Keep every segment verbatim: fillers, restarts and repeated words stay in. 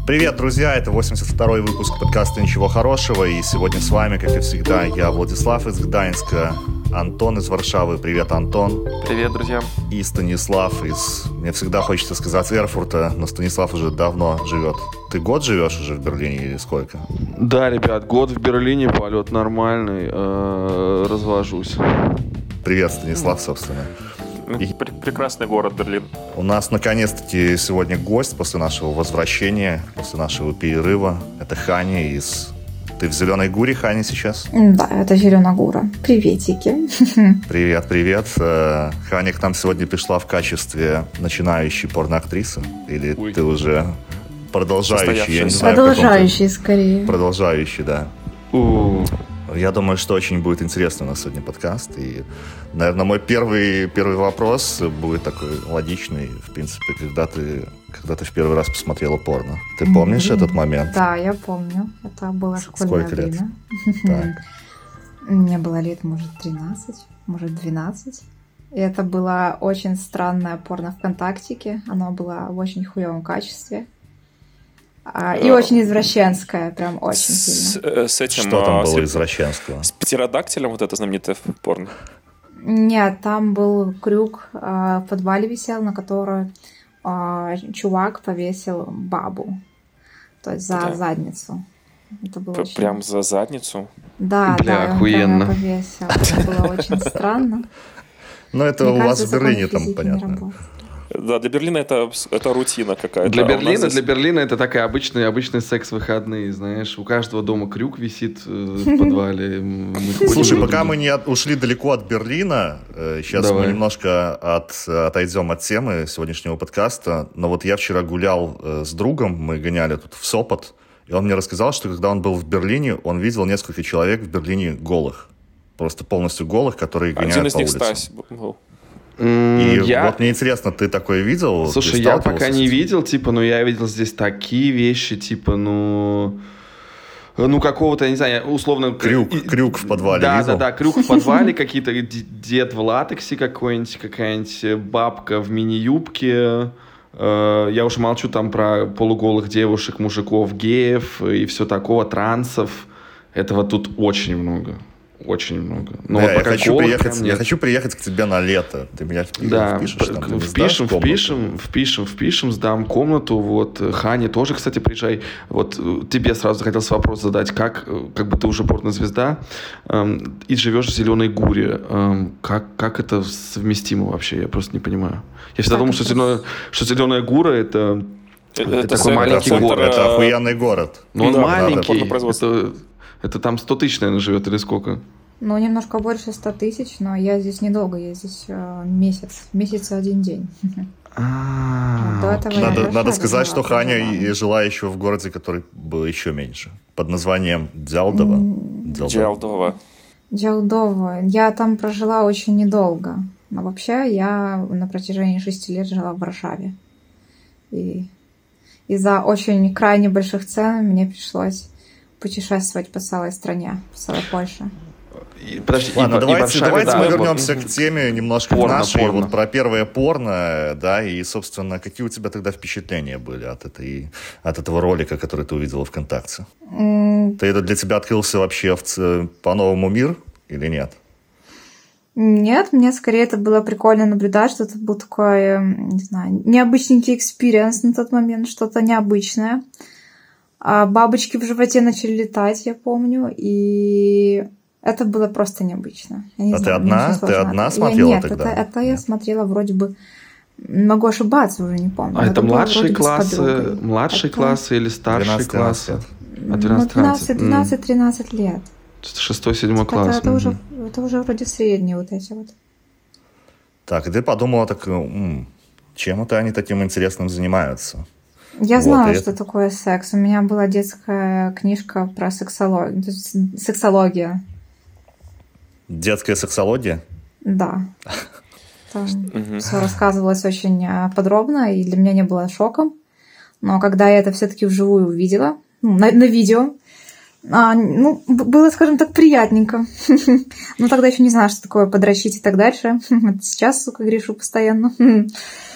Привет, друзья! Это восемьдесят второй выпуск подкаста «Ничего хорошего». И сегодня с вами, как и всегда, я, Владислав из Гданьска, Антон из Варшавы. Привет, Антон. Привет, друзья. И Станислав из... Мне всегда хочется сказать Эрфурта, но Станислав уже давно живет. Ты год живешь уже в Берлине или сколько? Да, ребят, год в Берлине, полет нормальный, э-э, развожусь. Привет, Станислав, собственно. И... Прекрасный город Берлин. У нас наконец-таки сегодня гость после нашего возвращения, после нашего перерыва. Это Ханя из... Ты в Зеленой Гуре, Ханя, сейчас? Да, это Зеленая Гура. Приветики. Привет, привет. Ханя к нам сегодня пришла в качестве начинающей порноактрисы? Или Ой. Ты уже продолжающий? Я не знаю, продолжающий, скорее. Продолжающий, да. У-у-у. Я думаю, что очень будет интересный у нас сегодня подкаст. И, наверное, мой первый, первый вопрос будет такой логичный. В принципе, когда ты, когда ты в первый раз посмотрела порно. Ты помнишь mm-hmm. этот момент? Да, я помню. Это было школьное Сколько время. лет? Мне было лет, может, тринадцать, может, двенадцать. И это было очень странное порно ВКонтактике. Оно было в очень хуевом качестве. И очень извращенская, прям очень сильно. С, с этим, Что там было с, извращенского? С птеродактилем, вот это знаменитое порно? Нет, там был крюк в подвале висел, на который чувак повесил бабу. То есть за да. задницу. Это было П- очень... Прям за задницу? Да, Бля, да, охуенно. Он прям её повесил. Это было очень странно. Ну, это у вас в Берлине там, понятно. Да, для Берлина это, это рутина какая-то. Для а Берлина, здесь... для Берлина это такая обычный, обычный секс-выходные, знаешь. У каждого дома крюк висит в подвале. Слушай, пока мы не ушли далеко от Берлина, сейчас Давай. мы немножко от, отойдем от темы сегодняшнего подкаста. Но вот я вчера гулял с другом, мы гоняли тут в Сопот, и он мне рассказал, что когда он был в Берлине, он видел несколько человек в Берлине голых. Просто полностью голых, которые гоняют Один из по них улице. Стась был. И я... вот мне интересно, ты такое видел? Слушай, я пока не видел, типа, но я видел здесь такие вещи, типа, ну... Ну, какого-то, я не знаю, условно... Крюк, крюк в подвале да, видел? Да, да, крюк в подвале, какие-то дед в латексе какой-нибудь, какая-нибудь бабка в мини-юбке. Я уж молчу там про полуголых девушек, мужиков, геев и все такого, трансов. Этого тут очень много. Очень много. Но да, вот я, хочу приехать, нет. я хочу приехать к тебе на лето. Ты меня впишешь, да, впишешь там, ты впишем, впишем, впишем, впишем, сдам комнату. Вот. Хане тоже, кстати, приезжай. Вот тебе сразу захотелось вопрос задать. Как, как бы ты уже порнозвезда эм, и живешь в Зеленой Гуре. Эм, как, как это совместимо вообще? Я просто не понимаю. Я всегда так думал, что, зеленая, что Зеленая Гура это... Это, это такой маленький это, город. Это охуенный город. Но он да, маленький. Да, это, это там сто тысяч, наверное, живет или сколько? Ну, немножко больше ста тысяч, но я здесь недолго, я здесь э, месяц. Месяц и один день. Надо, надо сказать, что Ханя и жила еще в городе, который был еще меньше. Под названием Дзялдово. Дзялдово. Дзялдово. Я там прожила очень недолго. Но вообще я на протяжении шести лет жила в Варшаве. И из-за очень крайне больших цен мне пришлось путешествовать по целой стране, по целой Польше. Подожди, Ладно, и, давайте, и Варшаве, давайте да, мы вот, вернемся к теме немножко порно, нашей, порно. вот про первое порно, да, и, собственно, какие у тебя тогда впечатления были от, этой, от этого ролика, который ты увидела ВКонтакте? Mm. Ты, это для тебя открылся вообще в, по-новому мир или нет? Нет, мне скорее это было прикольно наблюдать, что это был такой, не знаю, необычненький экспириенс на тот момент, что-то необычное. А бабочки в животе начали летать, я помню, и это было просто необычно. Я не а знаю, ты одна? Ты одна смотрела я, нет, тогда? Это, это нет, я смотрела вроде бы, могу ошибаться, уже не помню. А это, это младшие классы, младшие это... классы или старшие классы? От двенадцать-тринадцать лет. Шестой, седьмой класс. Это, это, уже, это уже вроде средние вот эти вот. Так, и ты подумала, так, м-м, чем это они таким интересным занимаются? Я вот, знала, это... что такое секс. У меня была детская книжка про сексологию. Сексология. Детская сексология? Да. Там все рассказывалось очень подробно, и для меня не было шоком. Но когда я это все-таки вживую увидела, ну, на, на видео, а, ну, было, скажем так, приятненько. Ну, тогда еще не знала, что такое подрочить и так дальше. Сейчас, сука, грешу постоянно.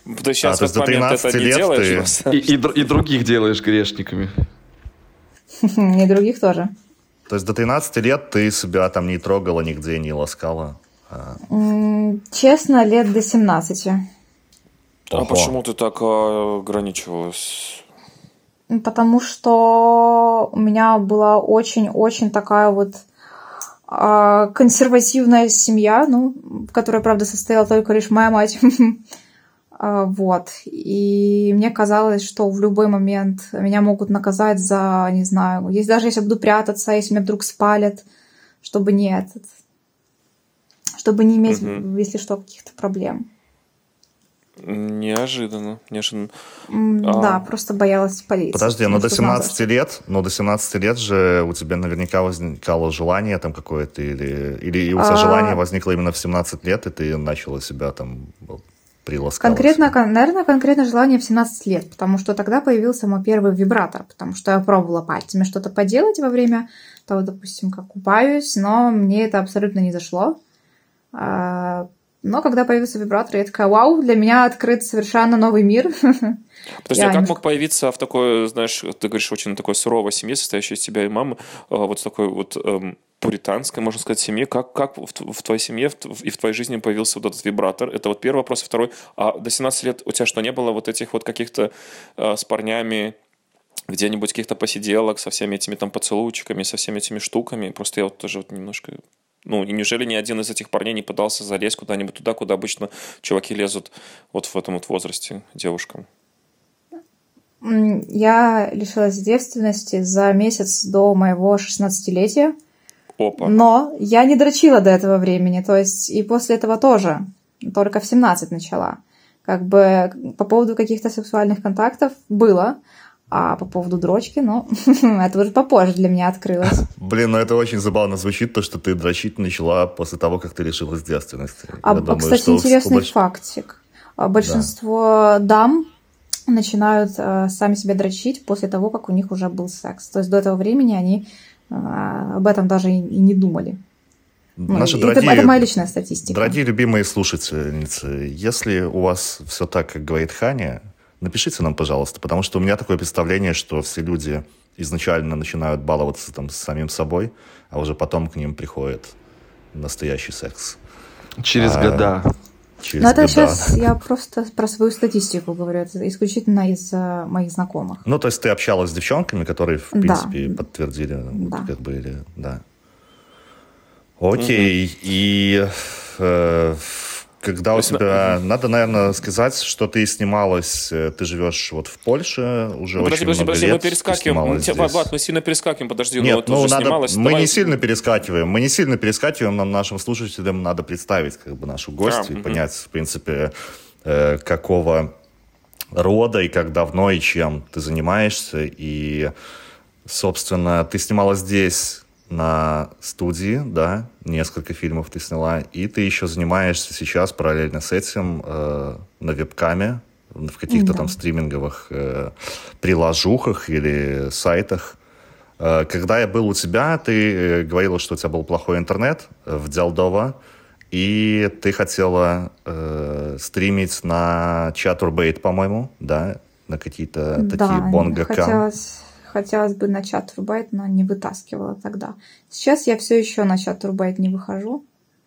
Ты сейчас а, в этот момент это не делаешь? Ты... И, и, и других делаешь грешниками. И других тоже. То есть до тринадцати лет ты себя там не трогала нигде, не ласкала? Честно, лет до семнадцати. А Ого. Почему ты так ограничивалась? Потому что у меня была очень-очень такая вот консервативная семья, ну, в которой, правда, состояла только лишь моя мать. Вот. И мне казалось, что в любой момент меня могут наказать за, не знаю, если, даже если я буду прятаться, если меня вдруг спалят, чтобы не этот, чтобы не иметь, угу. если что, каких-то проблем. Неожиданно, неожиданно. Да, а... просто боялась полиции. Подожди, но до семнадцати лет, но до семнадцати лет же у тебя наверняка возникало желание там какое-то, или, или у тебя а... желание возникло именно в семнадцать лет, и ты начала себя там приласкала. Конкретно, наверное, конкретно желание в семнадцать лет, потому что тогда появился мой первый вибратор, потому что я пробовала пальцами что-то поделать во время того, допустим, как купаюсь, но мне это абсолютно не зашло. Но когда появился вибратор, я такая, вау, для меня открыт совершенно новый мир. Подожди, я а как не... мог появиться в такой, знаешь, ты говоришь, очень такой суровой семье, состоящей из тебя и мамы, вот с такой вот эм, пуританской, можно сказать, семье, как, как в, в твоей семье в, и в твоей жизни появился вот этот вибратор? Это вот первый вопрос. Второй, а до семнадцати лет у тебя что, не было вот этих вот каких-то э, с парнями где-нибудь каких-то посиделок со всеми этими там поцелуйчиками, со всеми этими штуками? Просто я вот тоже вот немножко... Ну, и неужели ни один из этих парней не пытался залезть куда-нибудь туда, куда обычно чуваки лезут вот в этом вот возрасте девушкам? Я лишилась девственности за месяц до моего шестнадцатилетия. Опа. Но я не дрочила до этого времени, то есть и после этого тоже, только в семнадцать начала. Как бы по поводу каких-то сексуальных контактов было, а по поводу дрочки, ну, это уже попозже для меня открылось. Блин, ну это очень забавно звучит, то, что ты дрочить начала после того, как ты лишилась девственности. А, думаю, кстати, интересный больш... фактик. Большинство да. дам начинают э, сами себя дрочить после того, как у них уже был секс. То есть до этого времени они э, об этом даже и, и не думали. Наши ну, дорогие, это, это моя личная статистика. Дорогие любимые слушательницы, если у вас все так, как говорит Ханя, напишите нам, пожалуйста, потому что у меня такое представление, что все люди изначально начинают баловаться там с самим собой, а уже потом к ним приходит настоящий секс. Через а, года. Через Но это года. Сейчас я просто про свою статистику говорю, это исключительно из моих знакомых. Ну, то есть ты общалась с девчонками, которые, в принципе, да. подтвердили, да. как бы, или, да. Окей, угу. и... Э, Когда у тебя... Надо, наверное, сказать, что ты снималась... Ты живешь вот в Польше уже ну, подожди, очень подожди, много подожди, лет. Мы перескакиваем. Влад, мы сильно перескакиваем, подожди. Нет, ну, ну, уже надо... снималась. мы Давай... не сильно перескакиваем. Мы не сильно перескакиваем, нам, нашим слушателям надо представить как бы нашу гостью а, и угу. понять, в принципе, э, какого рода и как давно и чем ты занимаешься. И, собственно, ты снималась здесь... на студии, да, несколько фильмов ты сняла, и ты еще занимаешься сейчас параллельно с этим э, на вебкаме, в каких-то да. там стриминговых э, приложухах или сайтах. Э, когда я был у тебя, ты э, говорила, что у тебя был плохой интернет в Делдово, и ты хотела э, стримить на Chaturbate, по-моему, да, на какие-то да, такие бонгакам. Хотелось... Хотелось бы на Chaturbate, но не вытаскивала тогда. Сейчас я все еще на Chaturbate не выхожу.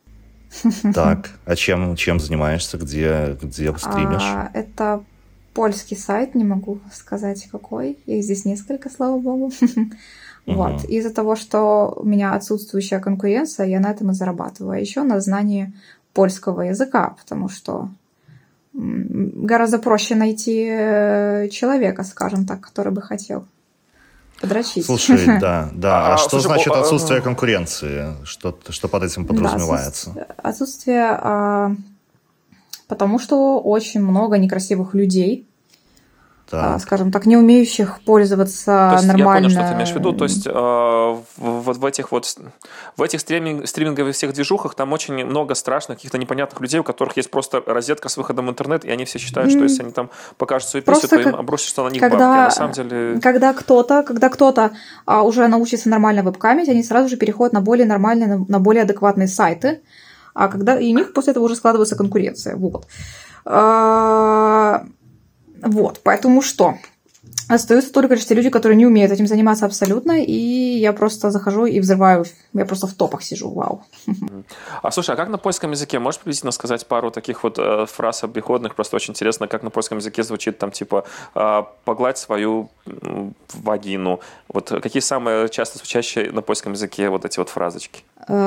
Так, а чем, чем занимаешься? Где, где стримишь? А, это польский сайт, не могу сказать какой. Их здесь несколько, слава богу. Вот. Из-за того, что у меня отсутствующая конкуренция, я на этом и зарабатываю. А еще на знании польского языка, потому что гораздо проще найти человека, скажем так, который бы хотел подрочить. Слушай, да, да. А, а что слушай, значит отсутствие конкуренции? Что, что под этим подразумевается? Да, отсутствие, а, потому что очень много некрасивых людей, а, скажем так, не умеющих пользоваться то нормально. Я понял, что ты имеешь в виду. То есть э, вот в этих вот в этих стриминг, стриминговых всех движухах там очень много страшных, каких-то непонятных людей, у которых есть просто розетка с выходом в интернет, и они все считают, что если они там покажут свою песню, то им обрушится на них когда, бабки. А на самом деле... Когда кто-то, когда кто-то а, уже научится нормально вебкамить, они сразу же переходят на более нормальные, на более адекватные сайты, а когда и у них после этого уже складывается конкуренция. Вот. Вот, поэтому что? Остаются только лишь те люди, которые не умеют этим заниматься абсолютно, и я просто захожу и взрываю, я просто в топах сижу, вау. А слушай, а как на польском языке? Можешь приблизительно сказать пару таких вот э, фраз обиходных? Просто очень интересно, как на польском языке звучит там типа э, «погладь свою э, вагину». Вот какие самые часто звучащие на польском языке вот эти вот фразочки?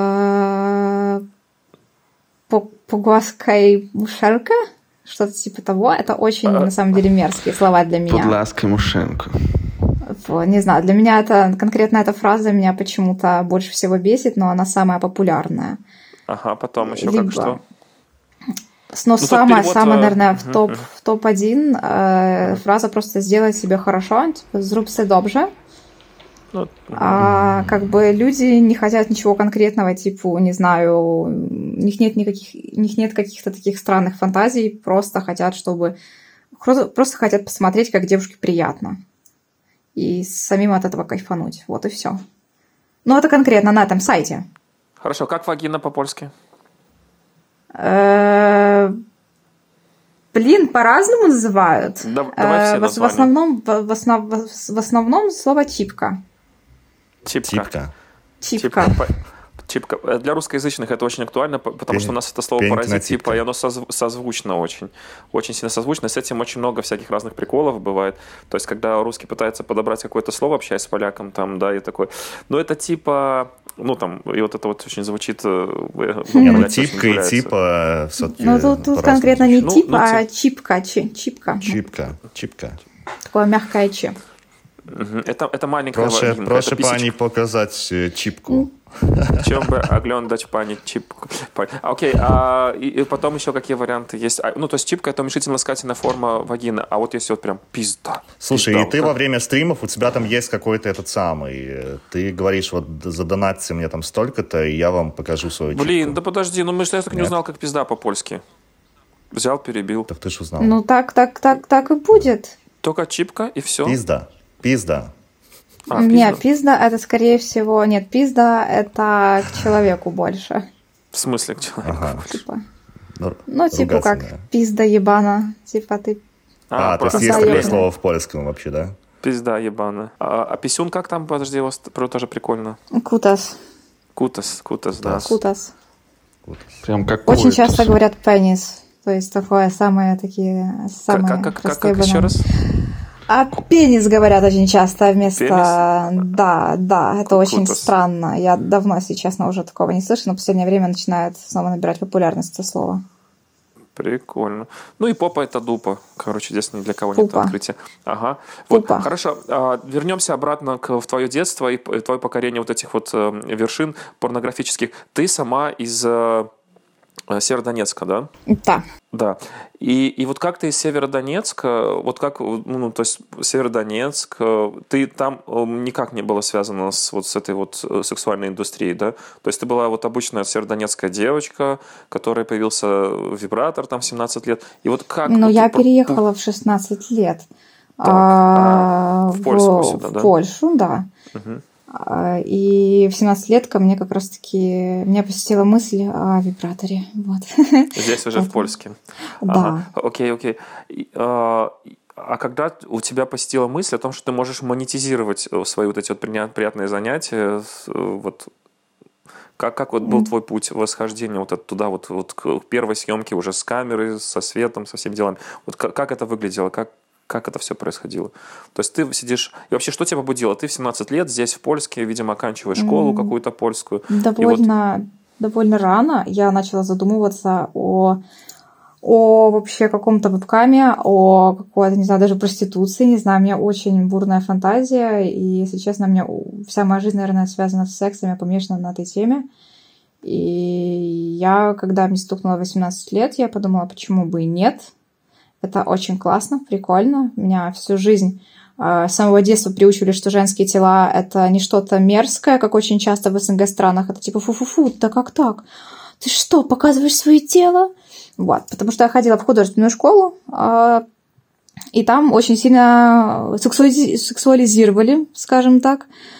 «Погłaskaj muszelkę». Что-то типа того. Это очень, на самом деле, мерзкие слова для меня. Подласкай мушенку. Не знаю, для меня это, конкретно эта фраза меня почему-то больше всего бесит, но она самая популярная. Ага, потом еще Либо... как что? Но ну, самая, перевод... самая, наверное, в, uh-huh, топ, uh-huh. в топ-один э, uh-huh. фраза просто «сделай себе хорошо», типа «зрób се dobrze». Uh-huh. А, как бы люди не хотят ничего конкретного, типа, не знаю, у них нет никаких, у них нет каких-то таких странных фантазий, просто хотят, чтобы... Просто хотят посмотреть, как девушке приятно. И самим от этого кайфануть. Вот и все. Ну, это конкретно на этом сайте. Хорошо, как вагина по-польски? Блин, по-разному называют. Да, давай все в, в, основном, в, основ, в основном слово «чипка». Чипка. Чипка. Чипка. Чипка. Для русскоязычных это очень актуально, потому что у нас это слово паразит, типа, и оно созв... созвучно очень. Очень сильно созвучно. С этим очень много всяких разных приколов бывает. То есть, когда русский пытается подобрать какое-то слово, общаясь с поляком, там, да, и такой. Но это типа. Ну, там, и вот это вот очень звучит. Ну, ну типка и типа все-таки. Ну, тут, тут конкретно не ну, тип, ну, а тип... чипка. Чипка. Чипка. Чипка. Такое мягкое че. Это, это маленькая Proszę, вагинка. proszę это pani pokazać чипку. Чем бы оглядать пани чипку. Окей, а и, и потом еще какие варианты есть? А, ну, то есть чипка — это уменьшительно-ласкательная форма вагины, а вот если вот прям пизда. Слушай, пизда, и ты вот во время стримов, у тебя там есть какой-то этот самый, ты говоришь, вот задонатьте мне там столько-то, и я вам покажу свою чипку. Блин, да подожди, ну мы же я так не узнал, как пизда по-польски. Взял, перебил. Так ты ж узнал. Ну, так, так, так, так и будет. Только чипка и все? Пизда. Пизда. А, нет, пизда это скорее всего... Нет, пизда это к человеку больше. В смысле к человеку? Ага. Типа. Ну, ну типа как пизда ебана. Типа ты... А, а то есть есть такое слово в польском вообще, да? Пизда ебана. А, а писюн как там? Подожди, у вас тоже прикольно. Кутас. Кутас, кутас, да. Кутас. Прям как очень часто говорят пенис. То есть такое самые такие... Самые как, как, как, как еще раз? А пенис говорят очень часто вместо... Пенис? Да, да, это Кутас. Очень странно. Я давно, если честно, уже такого не слышу, но в последнее время начинает снова набирать популярность это слово. Прикольно. Ну и попа — это дупа. Короче, здесь ни для кого Пупа. нет открытия. Ага. Вот, Пупа. Хорошо. А, вернемся обратно к, в твое детство и, и твое покорение вот этих вот э, вершин порнографических. Ты сама из... Э, Северодонецка, да? Да. Да. И, и вот как ты из Северодонецка, вот как, ну, то есть Северодонецк, ты там никак не была связана с вот с этой вот сексуальной индустрией, да? То есть ты была вот обычная северодонецкая девочка, которой появился вибратор там в семнадцать лет. И вот как... Ну, вот я ты... переехала в шестнадцать лет. Так, а, в Польшу в, сюда, да? В Польшу, да. Угу. И в семнадцать лет ко мне как раз-таки... Меня посетила мысль о вибраторе. Вот. Здесь уже в Польске. Да. Ага. Окей, окей. А, а когда у тебя посетила мысль о том, что ты можешь монетизировать свои вот эти вот приятные занятия, вот как, как вот был твой путь восхождения вот туда, вот, вот к первой съемке уже с камерой, со светом, со всеми делами? Вот как, как это выглядело? Как Как это все происходило? То есть ты сидишь... И вообще, что тебя побудило? Ты в семнадцать лет здесь, в Польске, видимо, оканчиваешь школу mm. какую-то польскую. Довольно, вот... довольно рано я начала задумываться о, о вообще каком-то вебкаме, о какой-то, не знаю, даже проституции. Не знаю, у меня очень бурная фантазия. И, если честно, у меня вся моя жизнь, наверное, связана с сексом. Я помешана на этой теме. И я, когда мне стукнуло восемнадцать лет, я подумала, почему бы и нет. Это очень классно, прикольно. Меня всю жизнь э, с самого детства приучивали, что женские тела — это не что-то мерзкое, как очень часто в СНГ странах. Это типа фу-фу-фу, да как так? Ты что, показываешь свое тело? Вот, потому что я ходила в художественную школу, э, и там очень сильно сексуализи- сексуализировали, скажем так,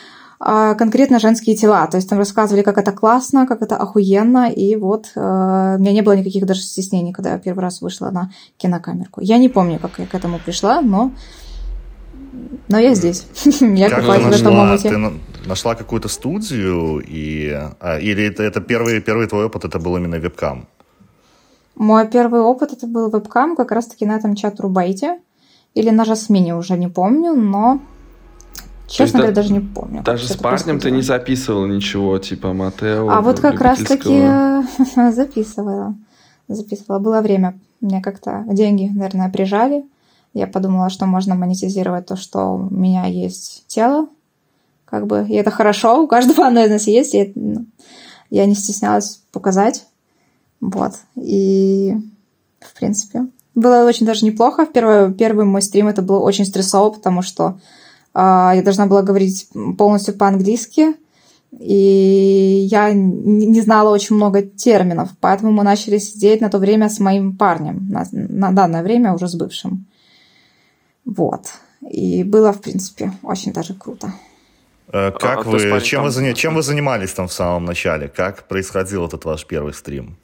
а конкретно женские тела. То есть там рассказывали, как это классно, как это охуенно. И вот э, у меня не было никаких даже стеснений, когда я первый раз вышла на кинокамерку. Я не помню, как я к этому пришла, но, но я здесь. Я копаюсь в этом омуте. Ты нашла какую-то студию? И... А, или это, это первый, первый твой опыт, это был именно вебкам? Мой первый опыт это был вебкам, как раз-таки на этом чат-рубайте. Или на Жасмине, уже не помню, но... Честно говоря, даже не помню. Даже с парнем ты не записывала ничего, типа Матео? А вот как раз-таки записывала. Записывала. Было время. Мне как-то деньги, наверное, прижали. Я подумала, что можно монетизировать то, что у меня есть тело. Как бы, и это хорошо. У каждого оно из нас есть. И я не стеснялась показать. Вот. И, в принципе, было очень даже неплохо. Первый, первый мой стрим это было очень стрессово, потому что я должна была говорить полностью по-английски, и я не знала очень много терминов, поэтому мы начали сидеть на то время с моим парнем, на, на данное время уже с бывшим. Вот. И было, в принципе, очень даже круто. Как а, вы, чем, там... вы, чем вы занимались там в самом начале? Как происходил этот ваш первый стрим?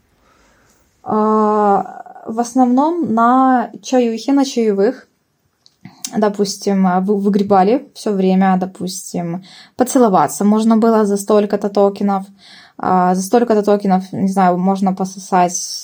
А, в основном на чаюхе, на чаевых. Допустим, вы выгребали все время, допустим, поцеловаться можно было за столько-то токенов, за столько-то токенов, не знаю, можно пососать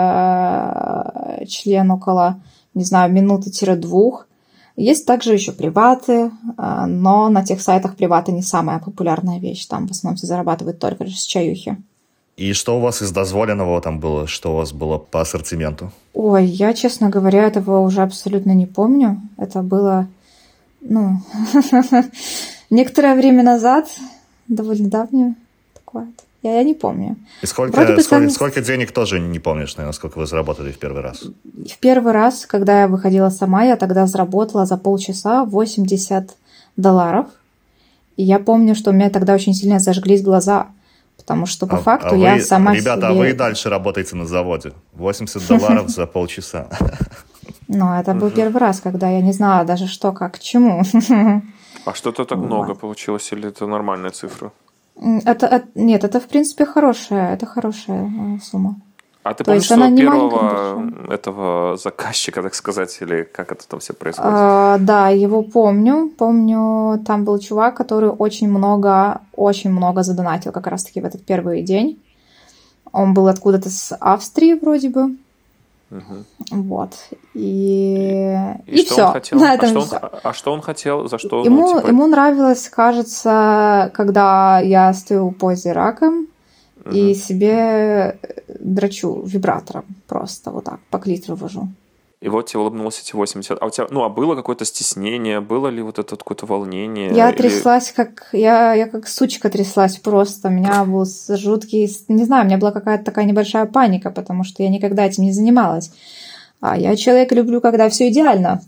э, член около, не знаю, минуты-двух. Есть также еще приваты, но на тех сайтах приваты не самая популярная вещь, там в основном все зарабатывают только лишь с чаюхи. И что у вас из дозволенного там было? Что у вас было по ассортименту? Ой, я, честно говоря, этого уже абсолютно не помню. Это было, ну, некоторое время назад, довольно давнее такое. Я, я не помню. И сколько, сколько, сами... сколько денег тоже не помнишь, наверное, сколько вы заработали в первый раз? В первый раз, когда я выходила сама, я тогда заработала за полчаса восемьдесят долларов. И я помню, что у меня тогда очень сильно зажглись глаза. Потому что по а, факту а я вы, сама ребята, себе... а вы и дальше работаете на заводе. восемьдесят долларов за полчаса. Ну, это был первый раз, когда я не знала даже, что, как, к чему. А что-то так много получилось, или это нормальная цифра? Это, нет, это, в принципе, хорошая, это хорошая сумма. А ты помнишь своего первого этого заказчика, так сказать, или как это там все происходит? А, да, его помню. Помню, там был чувак, который очень много, очень много задонатил как раз-таки в этот первый день. Он был откуда-то с Австрии вроде бы. Угу. Вот. И, и, и что все. Он хотел? А, что он, а что он хотел? За что? Ему, ну, типа... ему нравилось, кажется, когда я стою в позе раком, Uh-huh. и себе дрочу вибратором просто вот так, по клитору вожу. И вот тебе улыбнулось эти восемьдесят. А у тебя, ну, а было какое-то стеснение? Было ли вот это какое-то волнение? Я или... тряслась, как... Я, я как сучка тряслась просто. У меня был жуткий... Не знаю, у меня была какая-то такая небольшая паника, потому что я никогда этим не занималась. А я человек люблю, когда все идеально.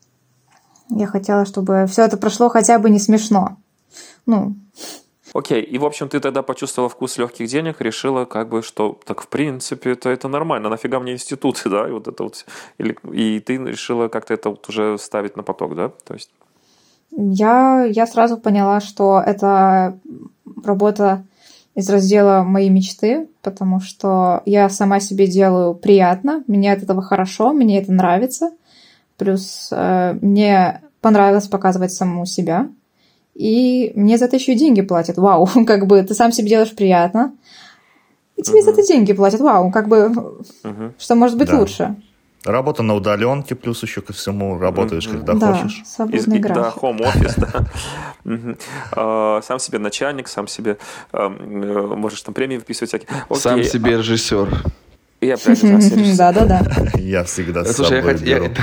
Я хотела, чтобы все это прошло хотя бы не смешно. Ну... Окей, и, в общем, ты тогда почувствовала вкус легких денег, решила, как бы, что, так, в принципе, это, это нормально, нафига мне институты, да, и вот это вот, или, и ты решила как-то это вот уже ставить на поток, да, то есть... Я, я сразу поняла, что это работа из раздела «Мои мечты», потому что я сама себе делаю приятно, мне от этого хорошо, мне это нравится, плюс э, мне понравилось показывать саму себя. И мне за это еще и деньги платят. Вау, как бы ты сам себе делаешь приятно. И тебе uh-huh. за это деньги платят. Вау, как бы uh-huh. что может быть да. лучше? Работа на удаленке, плюс еще ко всему работаешь, uh-huh. когда да, хочешь. Свободный график. Да, home office, да. Сам себе начальник, сам себе можешь там премии выписывать всякие. Сам себе режиссер. Я правильно знаю. Да-да-да. Я всегда с Слушай, собой я беру.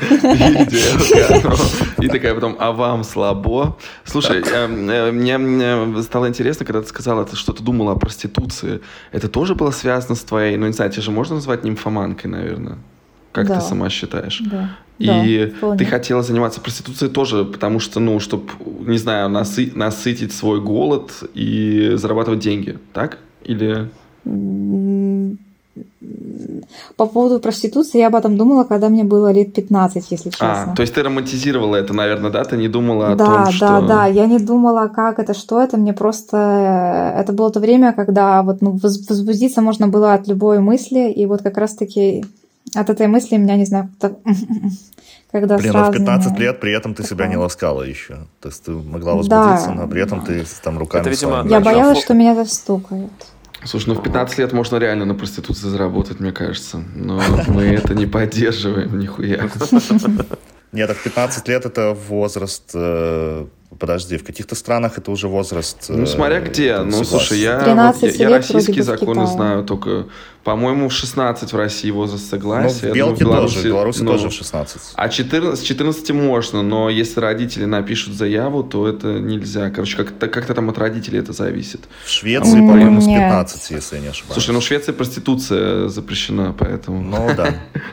И такая потом, а вам слабо? Слушай, мне стало интересно, когда ты сказала, что ты думала о проституции. Это тоже было связано с твоей, ну не знаю, тебя же можно назвать нимфоманкой, наверное? Как ты сама считаешь? Да. И ты хотела заниматься проституцией тоже, потому что, ну, чтобы, не знаю, насытить свой голод и зарабатывать деньги, так? Или... по поводу проституции я об этом думала, когда мне было лет пятнадцать, если честно. А, то есть ты романтизировала это, наверное, да? Ты не думала о да, том, да, что... Да, да, я не думала, как это, что это. Мне просто... Это было то время, когда вот, ну, возбудиться можно было от любой мысли, и вот как раз-таки от этой мысли меня, не знаю, когда Блин, сразу... а в пятнадцать меня... лет при этом ты себя не ласкала еще. То есть ты могла Да. возбудиться, но при этом ты там руками... Это, видимо, своими... Я боялась, что меня застукают. Слушай, ну в пятнадцать лет можно реально на проституции заработать, мне кажется. Но мы это не поддерживаем, нихуя. Нет, так пятнадцать лет это возраст... Э, подожди, в каких-то странах это уже возраст... Э, ну, смотря где. Ну, слушай, я, вот, я, я российские законы знаю, только, по-моему, в шестнадцать в России возраст согласия. Ну, в Белке думаю, в тоже, в Беларуси ну, тоже в шестнадцать. А четырнадцать, с четырнадцати можно, но если родители напишут заяву, то это нельзя. Короче, как-то, как-то там от родителей это зависит. В Швеции, mm, по-моему, с пятнадцати, если я не ошибаюсь. Слушай, ну в Швеции проституция запрещена, поэтому... Ну, да.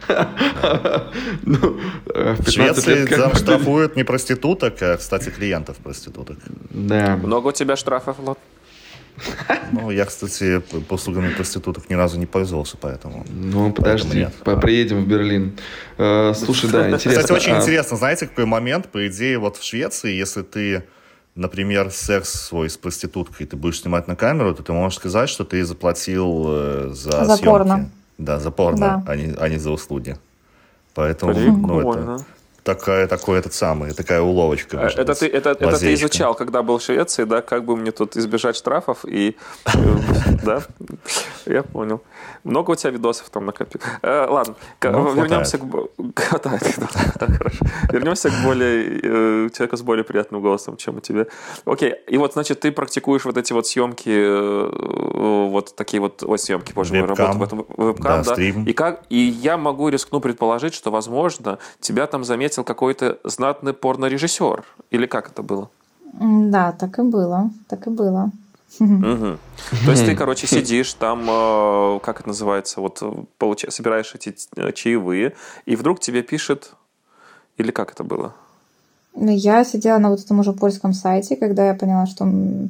В Швеции там штрафуют не проституток, а, кстати, клиентов проституток. Да. Много у тебя штрафов, Влад? Ну, я, кстати, послугами проституток ни разу не пользовался, поэтому... Ну, подожди, приедем в Берлин. Э, слушай, да, интересно. Кстати, очень а... интересно, знаете, какой момент, по идее, вот в Швеции, если ты, например, секс свой с проституткой ты будешь снимать на камеру, то ты можешь сказать, что ты заплатил э, за, за съемки. Порно. Да, за порно, да. А, не, а не за услуги. Поэтому, ну, это... Такая, такой этот самый, такая уловочка. Это ты, это, это ты изучал, когда был в Швеции, да, как бы мне тут избежать штрафов и, да, я понял. Много у тебя видосов там накопил. Ладно, вернемся к... Хватает. Хорошо. Вернемся к более... человеку с более приятным голосом, чем у тебя. Окей, и вот, значит, ты практикуешь вот эти вот съемки, вот такие вот, ой, съемки, боже мой, работу в этом вебкам, да, и как, и я могу рискну предположить, что, возможно, тебя там заметили какой-то знатный порнорежиссер. Или как это было? Да, так и было. Так и было. Угу. То есть ты, короче, сидишь там, э, как это называется, вот получ... собираешь эти чаевые, и вдруг тебе пишет... Или как это было? Ну, я сидела на вот этом уже польском сайте, когда я поняла, что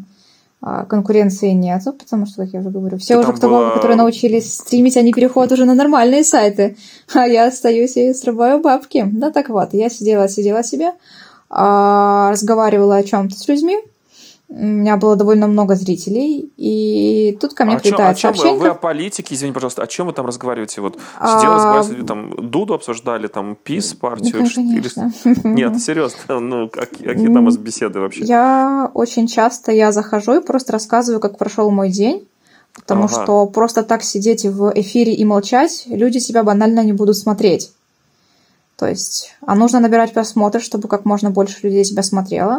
конкуренции нету, потому что, как я уже говорю, все ты уже, кто, была... которые научились стримить, они переходят уже на нормальные сайты, а я остаюсь и срываю бабки. Да, так вот, я сидела, сидела себе, разговаривала о чем-то с людьми, у меня было довольно много зрителей, и тут ко мне а прилетает чем, сообщение. Вы о политике, извини, пожалуйста, о чем вы там разговариваете? Вот сидела, а... разговаривали, там Дуду обсуждали, там ПиС партию? Ну, конечно. Или... Нет, серьезно, ну какие, какие там у вас беседы вообще? Я очень часто я захожу и просто рассказываю, как прошел мой день, потому ага. что просто так сидеть в эфире и молчать, люди тебя банально не будут смотреть. То есть, а нужно набирать просмотры, чтобы как можно больше людей тебя смотрело.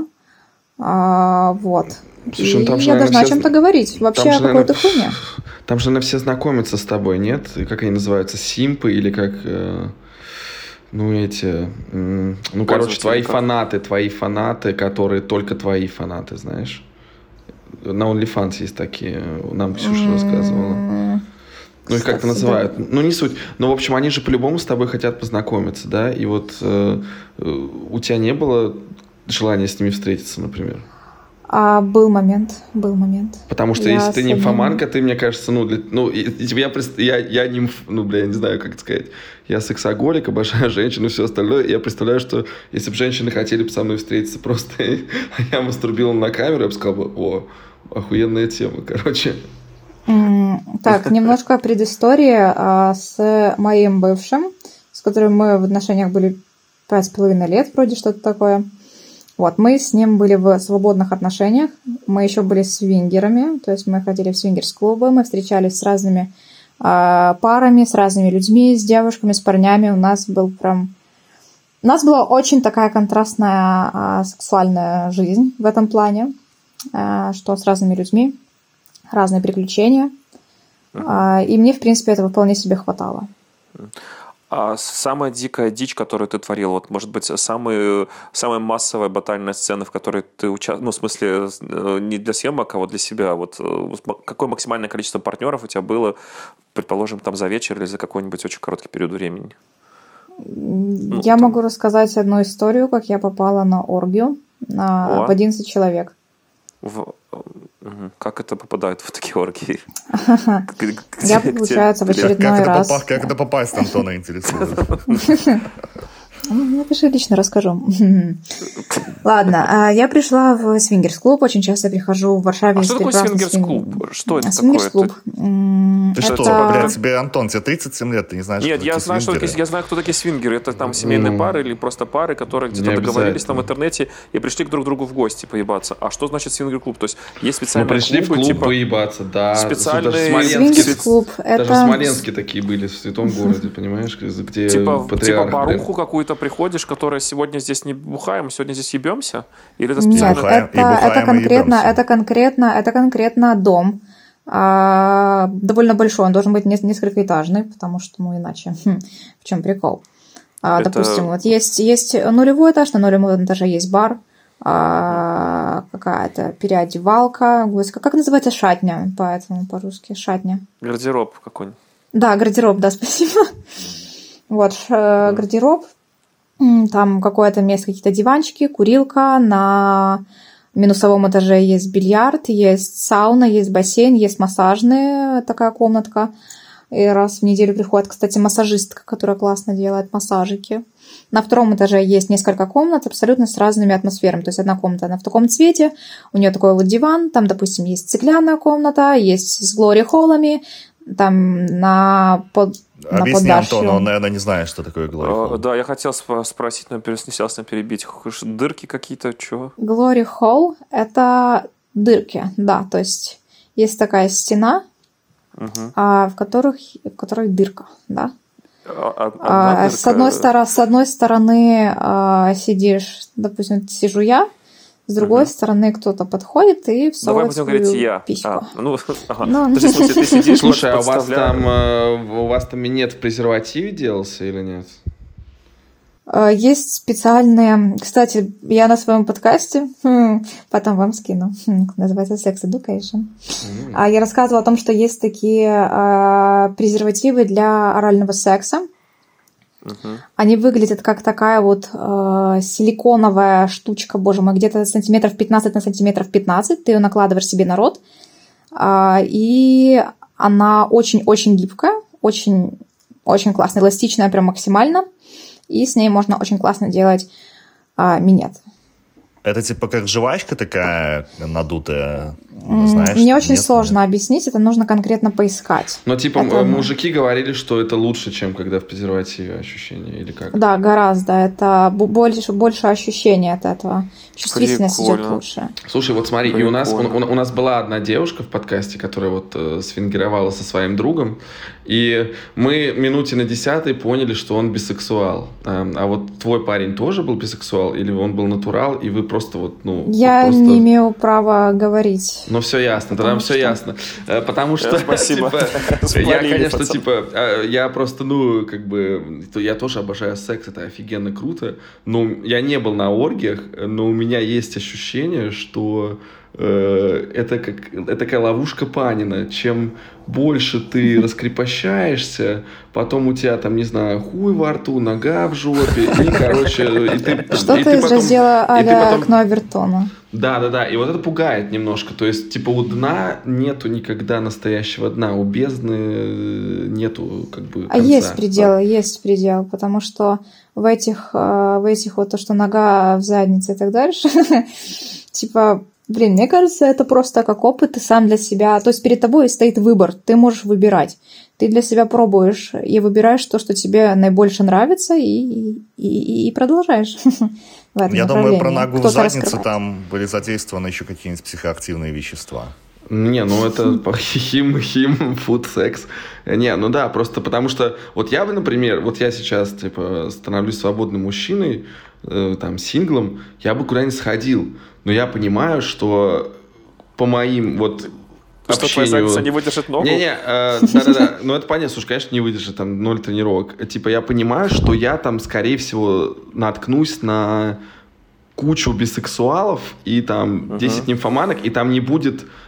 А, вот. Слушай, ну, там и же, я должна все... о чем-то говорить. Вообще о какой-то хуйне. Там же, наверное, все знакомятся с тобой, нет? Как они называются? Симпы или как... Э, ну, эти... Э, ну, короче, твои как? фанаты, твои фанаты, которые только твои фанаты, знаешь? На OnlyFans есть такие. Нам Ксюша mm-hmm. рассказывала. Ну, их как-то называют. Да. Ну, не суть. Но, в общем, они же по-любому с тобой хотят познакомиться, да? И вот э, у тебя не было... желание с ними встретиться, например? А, был момент, был момент. Потому что я если ты нимфоманка, ты, мне кажется, ну, для, ну и, и, я, я, я нимф, ну, бля, я не знаю, как это сказать. Я сексоголик, обожаю женщин и все остальное. Я представляю, что если бы женщины хотели бы со мной встретиться просто, а я мастурбировал на камеру, я бы сказал бы, о, охуенная тема, короче. Mm, так, немножко предыстории а, с моим бывшим, с которым мы в отношениях были пять с половиной лет, вроде что-то такое. Вот, мы с ним были в свободных отношениях, мы еще были свингерами, то есть мы ходили в свингерс-клубы, мы встречались с разными э, парами, с разными людьми, с девушками, с парнями, у нас был прям... У нас была очень такая контрастная э, сексуальная жизнь в этом плане, э, что с разными людьми, разные приключения, э, и мне, в принципе, этого вполне себе хватало. А самая дикая дичь, которую ты творил, вот, может быть, самые, самая массовая батальная сцена, в которой ты участвовал, ну, в смысле, не для съемок, а вот для себя, вот, какое максимальное количество партнеров у тебя было, предположим, там за вечер или за какой-нибудь очень короткий период времени? Ну, я там... могу рассказать одну историю, как я попала на оргию на, в одиннадцать человек. В... Как это попадает в такие оргии? Я, получается, в очередной раз... Как это попасть, Антона интересует? Напиши, лично расскажу. Ладно, я пришла в свингерс-клуб, очень часто прихожу в Варшаве. А что такое свингерс-клуб? Что это свингерс-клуб? такое? Ты что, блядь, тебе, Антон, тебе тридцать семь лет, ты не знаешь, Нет, что я такие знаю, что свингеры? такие, я знаю, кто такие свингеры. Это там семейные ну, пары или просто пары, которые где-то договорились там в интернете и пришли друг к другу в гости поебаться. А что значит свингер-клуб? То есть есть специальные клубы, пришли клубы, в клуб типа, поебаться, да. Специальные... Свингерс-клуб. Даже в Смоленске такие были, в Святом городе, понимаешь, где типа, патриарх. Типа баруху какую-то приходишь, которая сегодня здесь не бухаем, сегодня здесь ебемся? Или это специально? Нет, бухаем, это, это, конкретно, это, конкретно, это конкретно дом. А, довольно большой, он должен быть несколькоэтажный, потому что, ну, иначе, хм, в чем прикол? А, это... Допустим, вот есть, есть нулевой этаж, на нулевом этаже есть бар, а, какая-то переодевалка, как называется шатня, поэтому по-русски шатня. Гардероб какой-нибудь. Да, гардероб, да, спасибо. Вот, mm. гардероб. Там какое-то место, какие-то диванчики, курилка. На минусовом этаже есть бильярд, есть сауна, есть бассейн, есть массажная такая комнатка. И раз в неделю приходит, кстати, массажистка, которая классно делает массажики. На втором этаже есть несколько комнат абсолютно с разными атмосферами. То есть одна комната, она в таком цвете, у нее такой вот диван, там, допустим, есть стеклянная комната, есть с глори-холлами, там на под Объясни, Антон, он, наверное, не знает, что такое Glory Hole. Uh, да, я хотел спросить, но переснесялся перебить. Дырки какие-то, что? Glory Hole — это дырки, да, то есть есть такая стена, uh-huh. а, в, которых, в которой дырка, да. А, а, дырка... С, одной стороны, с одной стороны а, сидишь, допустим, сижу я, с другой uh-huh. стороны кто-то подходит и всовывает свою говорить я. письку. А, ну, ага. ну, то есть, ты сидишь, слушай, а у вас там у вас там минет в презервативе делался или нет? Есть специальные... Кстати, я на своем подкасте, потом вам скину, называется Sex Education. Mm. Я рассказывала о том, что есть такие презервативы для орального секса. Uh-huh. Они выглядят как такая вот э, силиконовая штучка, боже мой, где-то сантиметров пятнадцать на сантиметров пятнадцать. Ты ее накладываешь себе на рот. Э, и она очень-очень гибкая, очень, очень классно, эластичная прям максимально. И с ней можно очень классно делать э, минет. Это типа как жвачка такая надутая, знаешь? Мне очень нет, сложно нет. объяснить, это нужно конкретно поискать. Но типа это... мужики говорили, что это лучше, чем когда в презервативе ощущения, или как? Да, гораздо. Это больше, больше ощущений от этого. Чувствительность идет лучше. Слушай, вот смотри, и у нас, у, у нас была одна девушка в подкасте, которая вот э, свингеровала со своим другом, и мы минуте на десятой поняли, что он бисексуал. А, а вот твой парень тоже был бисексуал, или он был натурал, и вы просто вот, ну... Я просто... не имею права говорить. Ну, все ясно, тогда все ясно. Потому что, спасибо. Я, конечно, типа, я просто, ну, как бы, я тоже обожаю секс, это офигенно круто, но я не был на оргиях, но у меня есть ощущение, что это как это такая ловушка Панина. Чем больше ты раскрепощаешься, потом у тебя там, не знаю, хуй во рту, нога в жопе, и, короче, и ты... Что-то из раздела а-ля окно Авертона. Да-да-да, и вот это пугает немножко. То есть, типа, у дна нету никогда настоящего дна, у бездны нету, как бы, конца. А есть предел, да. есть предел, потому что в этих, в этих вот то, что нога в заднице и так дальше, типа... Блин, мне кажется, это просто как опыт, ты сам для себя... То есть перед тобой стоит выбор, ты можешь выбирать. Ты для себя пробуешь и выбираешь то, что тебе наибольше нравится, и, и, и продолжаешь в этом Я думаю, про ногу Кто-то в задницу раскрывает. Там были задействованы еще какие-нибудь психоактивные вещества. Не, ну это хим, хим, фуд, секс. Не, ну да, просто потому что... Вот я бы, например, вот я сейчас, типа, становлюсь свободным мужчиной, э, там, синглом, я бы куда-нибудь сходил. Но я понимаю, что по моим вот что общению... твоя задница не выдержит ногу? Не-не, э, да-да-да, ну это понятно, слушай, конечно, не выдержит, там, ноль тренировок. Типа я понимаю, что я там, скорее всего, наткнусь на кучу бисексуалов и там uh-huh. десять нимфоманок, и там не будет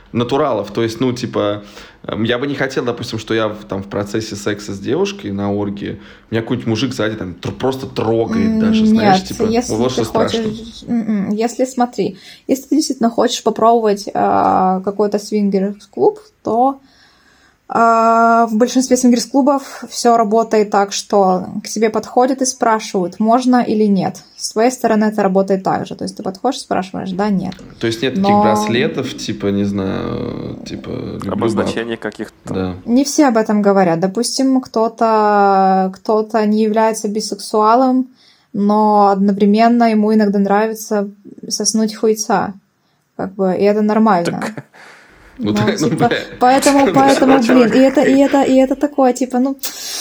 натуралов. То есть, ну, типа, я бы не хотел, допустим, что я в, там, в процессе секса с девушкой на оргии, меня какой-нибудь мужик сзади там тр- просто трогает даже, Нет, знаешь, типа, если вот ты что страшно. хочешь, если, смотри, если ты действительно хочешь попробовать э, какой-то свингерс-клуб, то в большинстве свингерс-клубов все работает так, что к тебе подходят и спрашивают, можно или нет. С твоей стороны это работает так же. То есть ты подходишь, спрашиваешь, да, нет. То есть нет Но... таких браслетов, типа, не знаю, типа... Обозначений каких-то. Да. Не все об этом говорят. Допустим, кто-то, кто-то не является бисексуалом, но одновременно ему иногда нравится соснуть хуйца. Как бы, и это нормально. Так... Ну, ну, типа, ну, поэтому, поэтому, блин, и это, и это, и это такое, типа, ну,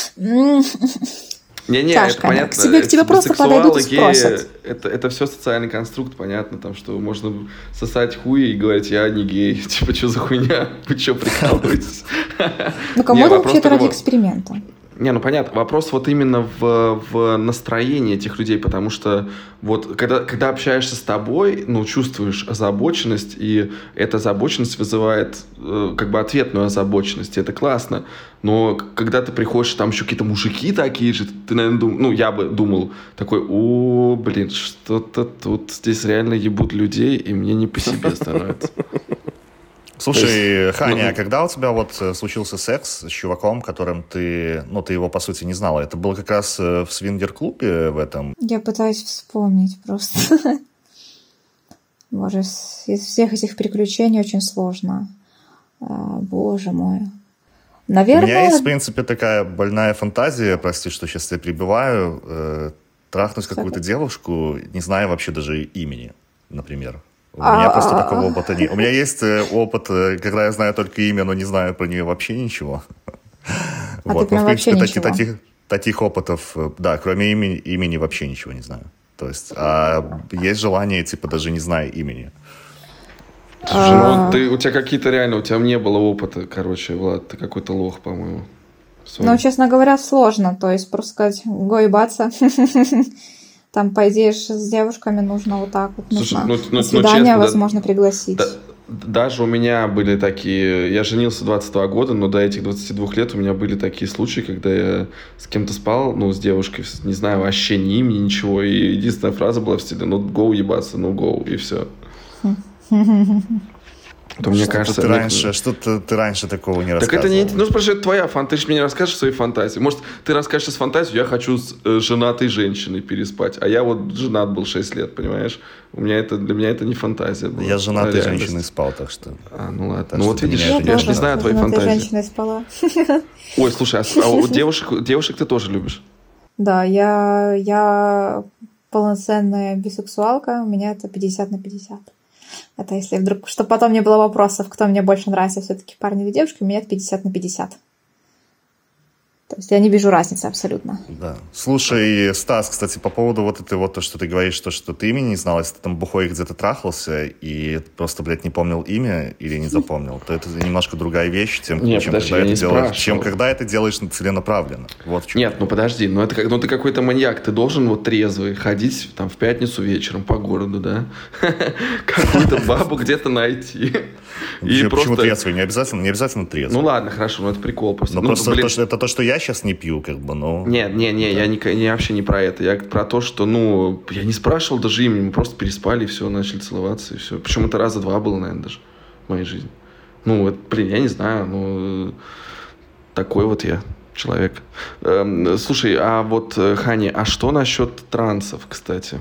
не-не, тяжко. Это понятно. К тебе, к тебе просто подойдут и спросят. Это, это все социальный конструкт, понятно, там, что можно сосать хуй и говорить, я не гей, типа, что за хуйня, вы что, прикалываетесь? Ну, кому-то вообще-то ради эксперимента. Не, ну понятно, вопрос вот именно в, в настроении этих людей, потому что вот когда, когда общаешься с тобой, ну, чувствуешь озабоченность, и эта озабоченность вызывает э, как бы ответную озабоченность, и это классно, но когда ты приходишь, там еще какие-то мужики такие же, ты, наверное, дум... ну, я бы думал, такой, о, блин, что-то тут здесь реально ебут людей, и мне не по себе становится. Слушай, есть, Ханя, ну, а когда у тебя вот случился секс с чуваком, которым ты, ну, ты его, по сути, не знала? Это было как раз в свингер-клубе в этом? Я пытаюсь вспомнить просто. Боже, из всех этих приключений очень сложно. Боже мой. Наверное... У меня есть, в принципе, такая больная фантазия, прости, что сейчас я перебиваю, э, трахнуть какую-то девушку, не зная вообще даже имени, например. У меня просто такого опыта нет. У меня есть опыт, когда я знаю только имя, но не знаю про нее вообще ничего. А вот. Ты прям ну, в принципе, вообще таких, таких, таких опытов, да, кроме имени, имени вообще ничего не знаю. То есть, а есть желание, типа, даже не зная имени. Слушай, ну, ты, у тебя какие-то реально, у тебя не было опыта, короче, Влад, ты какой-то лох, по-моему. Ну, честно говоря, сложно. То есть, просто сказать, го ебаться. Там, по идее, с девушками нужно вот так вот. Слушай, нужно ну, ну, на свидание, ну, честно, возможно, да, пригласить. Да, даже у меня были такие... Я женился двадцать два года, но до этих двадцати двух лет у меня были такие случаи, когда я с кем-то спал, ну, с девушкой, не знаю вообще ни имени, ничего. И единственная фраза была в стиле, ну, гоу ебаться, ну, гоу, и все. То, мне что кажется, ты раньше, что-то ты раньше такого не рассказывал. Так это не... Ну, спрашивай, это твоя фантазия. Ты же мне не расскажешь свои фантазии. Может, ты расскажешь с фантазией, я хочу с э, женатой женщиной переспать. А я вот женат был шесть лет, понимаешь? У меня это, для меня это не фантазия была. Я с женатой женщиной спал, так что... А, ну ладно. Так ну вот видишь, я, я же не знаю твоей фантазии. Я женщиной спала. Ой, слушай, а, а у девушек, девушек ты тоже любишь? Да, я, я полноценная бисексуалка. У меня это пятьдесят на пятьдесят. Это если вдруг... Чтобы потом не было вопросов, кто мне больше нравится, все-таки парни или девушки, у меня это пятьдесят на пятьдесят. То есть я не вижу разницы абсолютно. Да. Слушай, Стас, кстати, по поводу вот этой вот, то, что ты говоришь, то, что ты имени не знал, если ты там бухой где-то трахался и просто, блядь, не помнил имя или не запомнил, то это немножко другая вещь, чем, Нет, чем, подожди, когда, это делаешь, чем когда это делаешь целенаправленно. Вот в чем. Нет, ну подожди, ну, это, как, ну ты какой-то маньяк, ты должен вот трезвый ходить там в пятницу вечером по городу, да? Какую-то бабу где-то найти. И почему просто... трезвый? Не обязательно, не обязательно трезвый. Ну ладно, хорошо, ну это прикол просто. Но ну, просто блин... то, что, это то, что я сейчас не пью, как бы, ну... Не, не, не, да. я, не, не вообще не про это. Я про то, что, ну, я не спрашивал даже имени, мы просто переспали, и все, начали целоваться, и все. Причем это раза два было, наверное, даже в моей жизни. Ну, вот, блин, я не знаю, ну, такой вот я человек. Эм, слушай, а вот, Ханя, а что насчет трансов, кстати?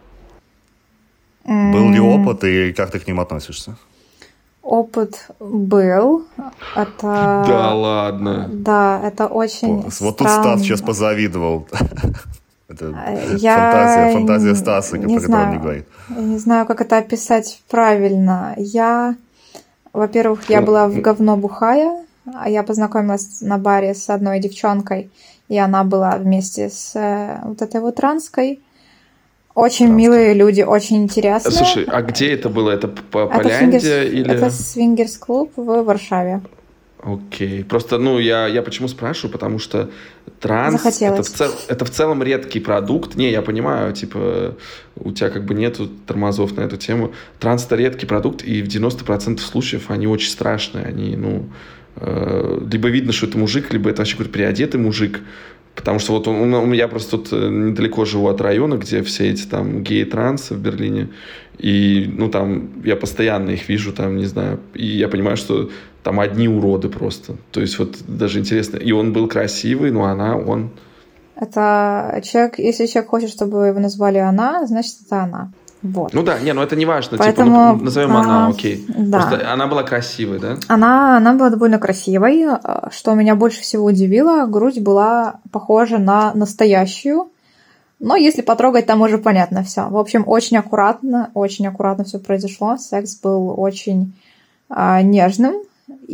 Был ли опыт, и как ты к ним относишься? Опыт был. Это... Да ладно. Да, это очень Вот странно. тут Стас сейчас позавидовал. Это я фантазия, фантазия Стаса, не про которую он не говорит. Я не знаю, как это описать правильно. Я, во-первых, я была в говно бухая, а я познакомилась на баре с одной девчонкой, и она была вместе с вот этой вот транской. Очень Транска. Милые люди, очень интересные. Слушай, а где это было? Это по Поляндия фингерс... или... Это свингерс-клуб в Варшаве. Окей. Просто, ну, я, я почему спрашиваю? Потому что транс это в, цел, это в целом редкий продукт. Не, я понимаю, типа, у тебя как бы нету тормозов на эту тему. Транс это редкий продукт, и в девяносто процентов случаев они очень страшные. Они, ну, э, либо видно, что это мужик, либо это вообще какой-то приодетый мужик. Потому что вот он, он, я просто тут недалеко живу от района, где все эти там геи-трансы в Берлине. И, ну, там, я постоянно их вижу, там, не знаю. И я понимаю, что там одни уроды просто. То есть вот даже интересно. И он был красивый, но она, он... Это человек, если человек хочет, чтобы его назвали она, значит, это она. Вот. Ну да, не, ну это не важно. Поэтому, типа, ну, назовем а, она, окей. Да. Просто она была красивой, да? Она, она была довольно красивой. Что меня больше всего удивило, грудь была похожа на настоящую. Но если потрогать, там уже понятно все. В общем, очень аккуратно, очень аккуратно все произошло. Секс был очень а, нежным.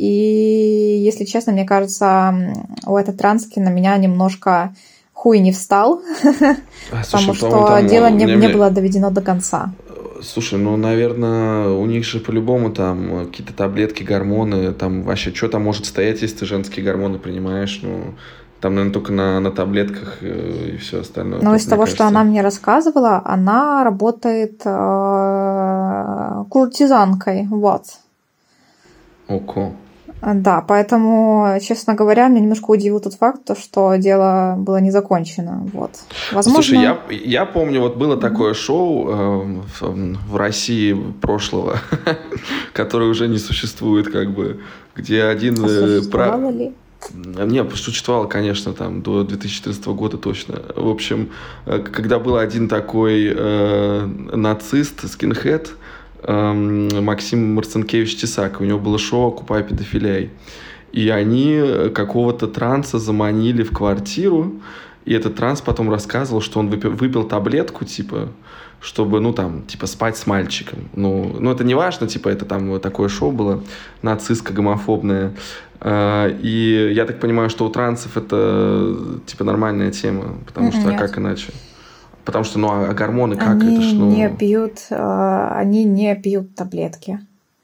И, если честно, мне кажется, у этой трански на меня немножко хуй не встал, а, потому слушай, что там, дело не, не было доведено до конца. Слушай, ну, наверное, у них же по-любому там какие-то таблетки, гормоны, там вообще что там может стоять, если ты женские гормоны принимаешь, ну... Там, наверное, только на, на таблетках и все остальное. Но из того, кажется... что она мне рассказывала, она работает э, куртизанкой, вот. Ого. Да, поэтому, честно говоря, меня немножко удивил тот факт, то, что дело было не закончено, вот. Возможно... Слушай, я, я помню, вот было такое шоу э, в, в России прошлого, которое уже не существует, как бы, где один... А существовало ли? Не, существовало, конечно, там до две тысячи четырнадцатого года точно. В общем, когда был один такой э, нацист, скинхед, э, Максим Марцинкевич-Тесак, у него было шоу «Окупай педофилией». И они какого-то транса заманили в квартиру, и этот транс потом рассказывал, что он выпил, выпил таблетку, типа, чтобы, ну, там, типа, спать с мальчиком. Ну, ну, это не важно, типа, это там такое шоу было нацистско-гомофобное. И я так понимаю, что у трансов это, типа, нормальная тема, потому что, а как иначе? Потому что, ну, а гормоны как? Они это ж, ну... не пьют, они не пьют таблетки.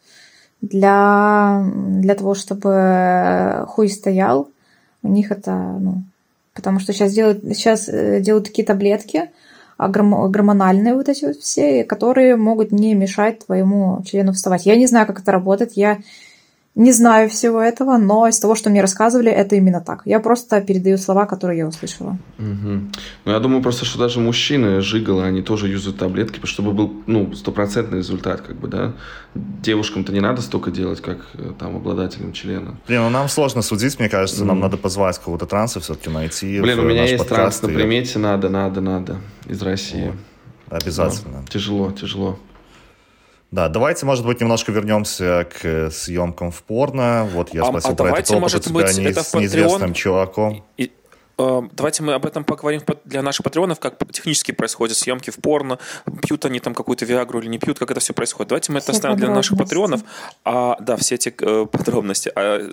Для, для того, чтобы хуй стоял, у них это, ну... Потому что сейчас делают, сейчас делают такие таблетки, гормональные вот эти вот все, которые могут не мешать твоему члену вставать. Я не знаю, как это работает, я не знаю всего этого, но из того, что мне рассказывали, это именно так. Я просто передаю слова, которые я услышала. Угу. Ну, я думаю просто, что даже мужчины, жиголы, они тоже юзают таблетки, чтобы был, ну, стопроцентный результат, как бы, да. Девушкам-то не надо столько делать, как там обладателям члена. Блин, ну нам сложно судить, мне кажется, mm. нам надо позвать кого-то транса все-таки найти. Блин, у меня есть транс на примете, надо, надо, надо, из России. Вот. Обязательно. Да. Тяжело, тяжело. Да, давайте, может быть, немножко вернемся к съемкам в порно. Вот я а, спросил а про этот опыт может у тебя быть, не, это с неизвестным чуваком. И... Давайте мы об этом поговорим для наших патреонов, как технически происходят съемки в порно, пьют они там какую-то виагру или не пьют, как это все происходит. Давайте мы все это оставим для наших патреонов. А, да, все эти э, подробности. А,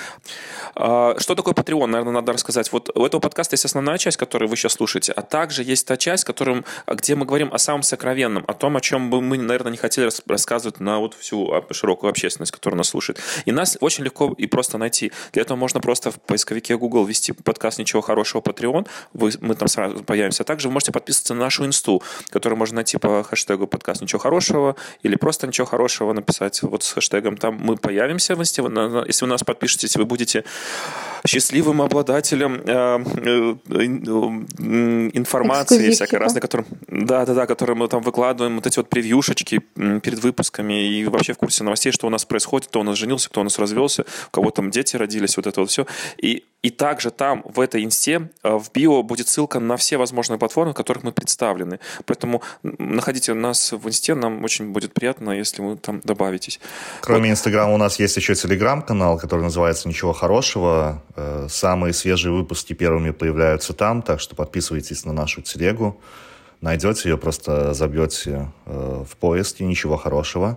а, что такое патреон, наверное, надо рассказать. Вот у этого подкаста есть основная часть, которую вы сейчас слушаете, а также есть та часть, которым, где мы говорим о самом сокровенном, о том, о чем бы мы, наверное, не хотели рассказывать на вот всю широкую общественность, которая нас слушает. И нас очень легко и просто найти. Для этого можно просто в поисковике Google ввести подкаст «Ничего хорошего Patreon», вы, мы там сразу появимся. А также вы можете подписываться на нашу инсту, которую можно найти по хэштегу подкаст «Ничего хорошего» или просто «Ничего хорошего» написать вот с хэштегом. Там мы появимся в инсте. Если вы нас подпишетесь, вы будете счастливым обладателем э, э, э, информации всякой разной, которым, да, да, да, которую мы там выкладываем, вот эти вот превьюшечки перед выпусками и вообще в курсе новостей, что у нас происходит, кто у нас женился, кто у нас развелся, у кого там дети родились, вот это вот все. И И также там, в этой инсте, в био будет ссылка на все возможные платформы, в которых мы представлены. Поэтому находите нас в инсте, нам очень будет приятно, если вы там добавитесь. Кроме Инстаграма у нас есть еще Телеграм-канал, который называется «Ничего хорошего». Самые свежие выпуски первыми появляются там, так что подписывайтесь на нашу телегу. Найдете ее, просто забьете в поиске «Ничего хорошего».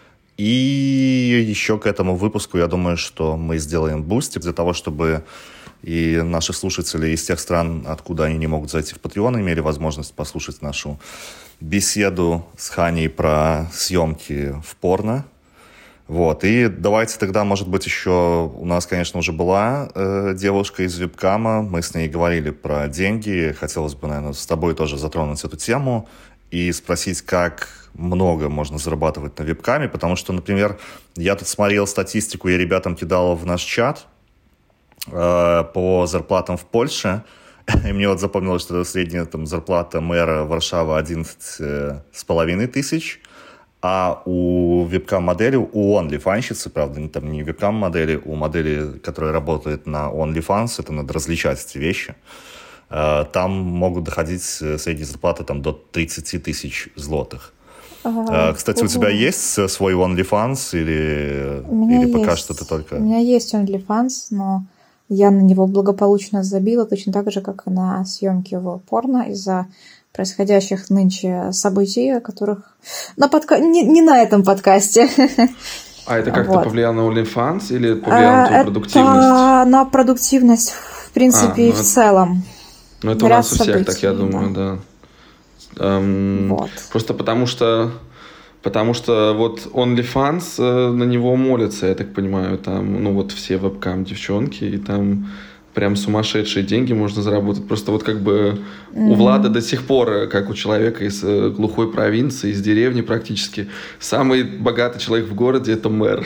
И еще к этому выпуску, я думаю, что мы сделаем бустик для того, чтобы и наши слушатели из тех стран, откуда они не могут зайти в Patreon, имели возможность послушать нашу беседу с Ханей про съемки в порно. Вот, и давайте тогда, может быть, еще у нас, конечно, уже была э, девушка из вебкама, мы с ней говорили про деньги, хотелось бы, наверное, с тобой тоже затронуть эту тему и спросить, как много можно зарабатывать на вебкаме, потому что, например, я тут смотрел статистику, я ребятам кидал в наш чат э, по зарплатам в Польше, и мне вот запомнилось, что средняя там зарплата мэра Варшавы одиннадцать с половиной тысяч, а у вебкам-модели, у OnlyFans, правда, там не вебкам-модели, у модели, которая работает на OnlyFans, это надо различать эти вещи, там могут доходить средние зарплаты там, до тридцать тысяч злотых. А, Кстати, угу. у тебя есть свой OnlyFans или, или пока есть, что ты только... У меня есть OnlyFans, но я на него благополучно забила, точно так же, как и на съемки в порно, из-за происходящих нынче событий, о которых на подка... не, не на этом подкасте. А это как-то вот. повлияло на OnlyFans или повлияло а, на твою продуктивность? Это на продуктивность, в принципе, а, и в это... целом. Ну, это у нас у всех, событий, так я думаю, да. да. Эм, вот. Просто потому что потому что вот OnlyFans, на него молятся, я так понимаю, там, ну, вот все вебкам-девчонки, и там прям сумасшедшие деньги можно заработать. Просто вот как бы mm-hmm. у Влада до сих пор, как у человека из глухой провинции, из деревни практически, самый богатый человек в городе – это мэр.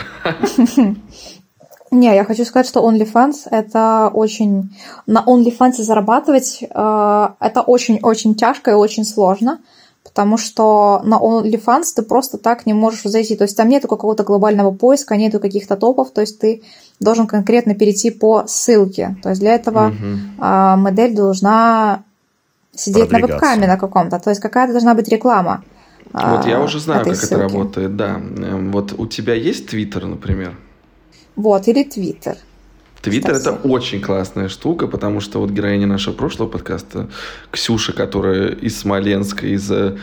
Не, я хочу сказать, что OnlyFans – это очень… На OnlyFans зарабатывать э, – это очень-очень тяжко и очень сложно, потому что на OnlyFans ты просто так не можешь зайти. То есть там нету какого-то глобального поиска, нету каких-то топов, то есть ты должен конкретно перейти по ссылке. То есть для этого mm-hmm. э, модель должна сидеть на вебкаме на каком-то, то есть какая-то должна быть реклама. Вот э, я уже знаю, как ссылки. Это работает, да. Вот у тебя есть Twitter, например? Вот, или Твиттер. Твиттер – это очень классная штука, потому что вот героиня нашего прошлого подкаста, Ксюша, которая из Смоленска, из э,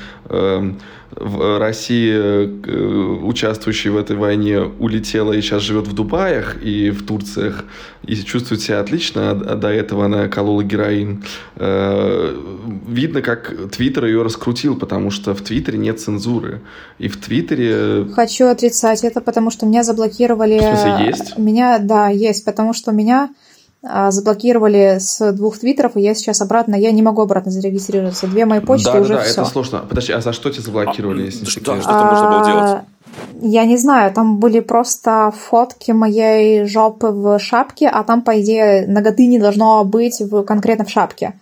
в России, э, участвующая в этой войне, улетела и сейчас живет в Дубаях и в Турциях, и чувствует себя отлично, а до этого она колола героин. Э, видно, как Твиттер ее раскрутил, потому что в Твиттере нет цензуры. И в Твиттере… Хочу отрицать это, потому что меня заблокировали… В смысле, есть? Меня, да, есть, потому что меня заблокировали с двух твиттеров, и я сейчас обратно, я не могу обратно зарегистрироваться. Две мои почты да, уже да, все. Да, это сложно. Подожди, а за что тебя заблокировали? Если что, что там нужно было делать? Я не знаю, там были просто фотки моей жопы в шапке, а там, по идее, ноготы не должно быть в, конкретно в шапке.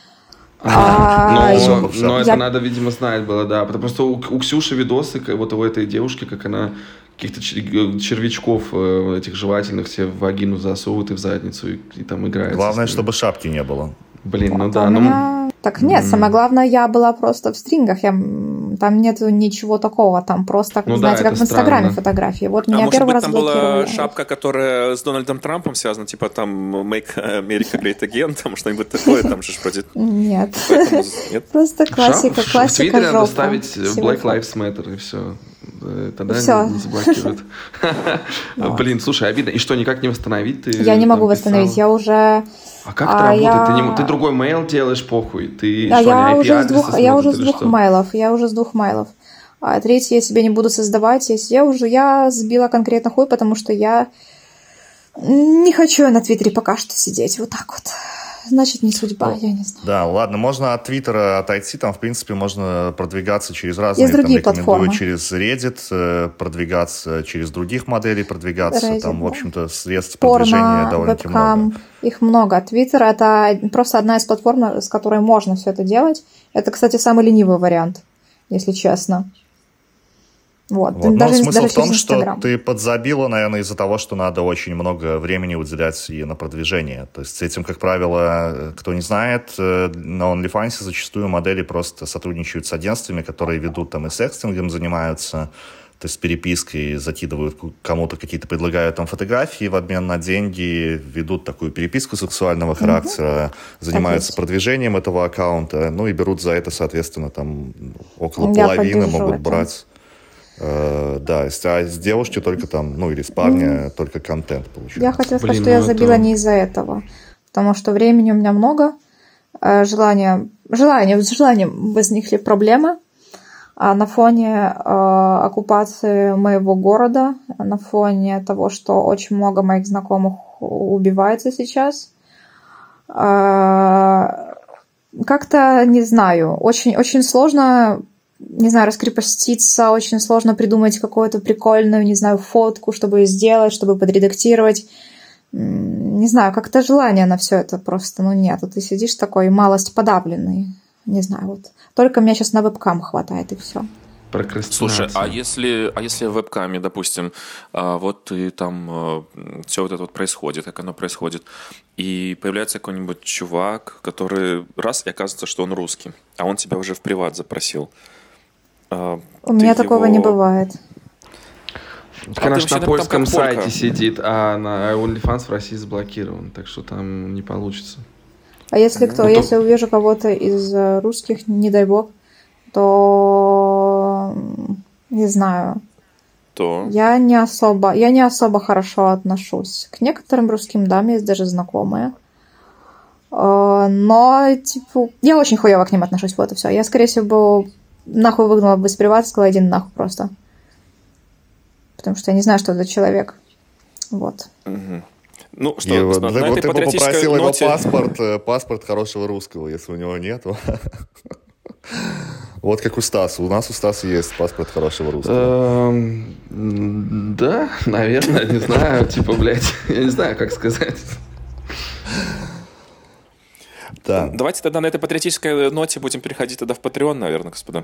А, но но, но я... это надо, видимо, знать было, да. Просто у, у Ксюши видосы, вот у этой девушки, как она каких-то червячков этих жевательных себе в вагину засовывает и в задницу, и, и там играет. Главное, чтобы шапки не было. Блин, ну вот, да. А ну... меня... Так нет, mm. самое главное, я была просто в стрингах. Я... Там нету ничего такого. Там просто, ну, знаете, да, как в Инстаграме странно. Фотографии. Вот а меня может первый быть, раз там была шапка, которая с Дональдом Трампом связана, типа там Make America Great Again, там что-нибудь такое, там же вроде... Нет. Поэтому... Нет. Просто классика, Шап... классика В Твиттере жопа. Надо ставить Black Lives Matter, и все. Тогда все. Не, не заблокируют. Вот. Блин, слушай, обидно. И что, никак не восстановить? Ты я не могу восстановить, я уже... А как это а работает? Я... Ты, не... ты другой мейл делаешь, похуй? Ты да, что, я уже, с двух... я уже с двух что? мейлов. Я уже с двух мейлов. А третий я себе не буду создавать. Я уже я сбила конкретно хуй, потому что я не хочу на Твиттере пока что сидеть. Вот так вот. Значит, не судьба, я не знаю. Да, ладно, можно от Твиттера отойти, там, в принципе, можно продвигаться через разные, есть другие там, рекомендую платформы. Через Reddit, продвигаться через других моделей, продвигаться, Reddit, там, в общем-то, средств порно, продвижения довольно-таки вебкам, много. Их много. Твиттер — это просто одна из платформ, с которой можно все это делать. Это, кстати, самый ленивый вариант, если честно. Вот. Вот. Даже, Но смысл даже в том, Instagram. что ты подзабила, наверное, из-за того, что надо очень много времени уделять и на продвижение. То есть с этим, как правило, кто не знает, на OnlyFans зачастую модели просто сотрудничают с агентствами, которые ведут там и секстингом занимаются, то есть перепиской, закидывают кому-то какие-то, предлагают там фотографии в обмен на деньги, ведут такую переписку сексуального характера, угу. занимаются продвижением этого аккаунта, ну и берут за это, соответственно, там около Я половины могут это. брать. Uh, да, а с девушки только там, ну или с парня mm-hmm. только контент получается. Я хотела сказать, Блин, что ну я забила это... не из-за этого, потому что времени у меня много, желания, желания, с желанием возникли проблемы, на фоне оккупации моего города, на фоне того, что очень много моих знакомых убивается сейчас. Как-то, не знаю, очень, очень сложно, не знаю, раскрепоститься, очень сложно придумать какую-то прикольную, не знаю, фотку, чтобы сделать, чтобы подредактировать. Не знаю, как-то желание на все это просто, ну, нет. Ты сидишь такой малость подавленный. Не знаю, вот. Только мне сейчас на вебкам хватает, и все. Слушай, а если, а если в вебкаме, допустим, вот и там все вот это вот происходит, как оно происходит, и появляется какой-нибудь чувак, который раз, и оказывается, что он русский, а он тебя уже в приват запросил. У меня такого не бывает. Конечно, а на польском сайте полька. Сидит, а на OnlyFans в России заблокирован, так что там не получится. А если кто, mm-hmm. если увижу кого-то из русских, не дай бог, то не знаю. То? Я не особо, я не особо хорошо отношусь. К некоторым русским, да, у меня есть даже знакомые. Но, типа, я очень хуёво к ним отношусь, вот и все. Я, скорее всего, бы нахуй выгнала бы из привата, сказала, иди нахуй просто. Потому что я не знаю, что это за человек. Вот. Угу. Ну, что, и, на, вот, на вот этой ты бы попросил ноте... его паспорт, паспорт хорошего русского, если у него нет. Вот как у Стаса. У нас у Стаса есть паспорт хорошего русского. Да, наверное, не знаю. Типа, блядь, я не знаю, как сказать. Да. Давайте тогда на этой патриотической ноте будем переходить тогда в Patreon, наверное, господа.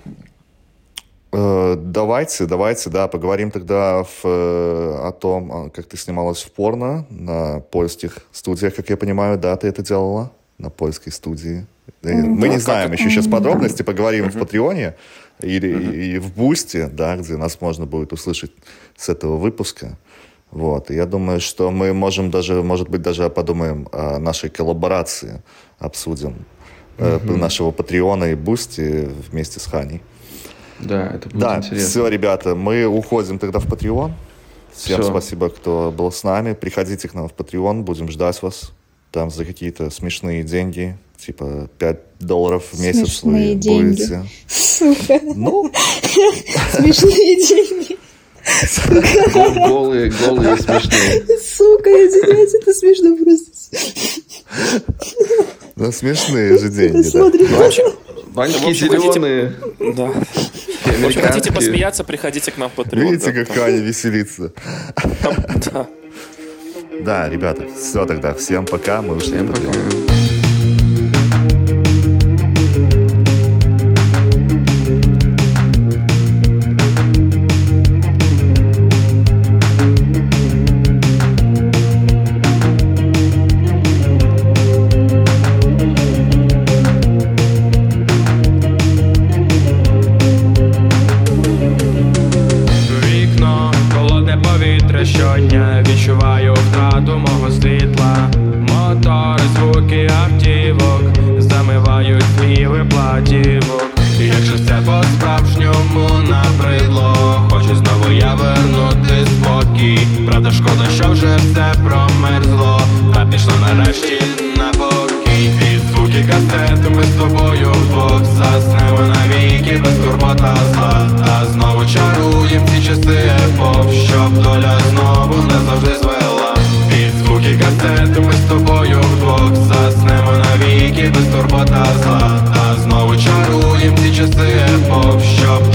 Давайте, давайте, да, поговорим тогда в, о том, как ты снималась в порно на польских студиях, как я понимаю, да, ты это делала на польской студии. Mm-hmm. Мы не знаем еще сейчас подробности, поговорим mm-hmm. в Патреоне или mm-hmm. и в Бусти, да, где нас можно будет услышать с этого выпуска. Вот. И я думаю, что мы можем даже, может быть, даже подумаем о нашей коллаборации, обсудим mm-hmm. нашего Патреона и Бусти вместе с Ханей. Да, это будет да, интересно. Все, ребята, мы уходим тогда в Patreon. Всем все. Спасибо, кто был с нами. Приходите к нам в Patreon, будем ждать вас. Там за какие-то смешные деньги, типа пять долларов в месяц смешные вы деньги. Будете. Сука. Ну? Смешные деньги. Голые, голые смешные. Сука, извиняюсь, это смешно просто. Ну, смешные же деньги, Смотри, да. Банки зеленые. Да. В общем, хотите посмеяться, приходите к нам в Patreon. Видите, да, как там... Аня веселится. Там, да. Да, ребята, все тогда. Всем пока. Мы ушли в Patreon. Щодня відчуваю втрату мого світла. Мотори, звуки автівок замивають співи платівок. Якщо це по-справжньому набридло, хочу знову я вернути спокій. Правда, шкода, що вже все промерзло, та пішло нарешті на покій. Під звуки касети ми з тобою вдвох заснемо навіки без турбота зла. А знову чаруєм ці часи епох, щоб доля знову не завжди звела. Під звуки касети ми з тобою вдвох заснемо навіки без турбота зла. А знову чаруєм ці часи епох, щоб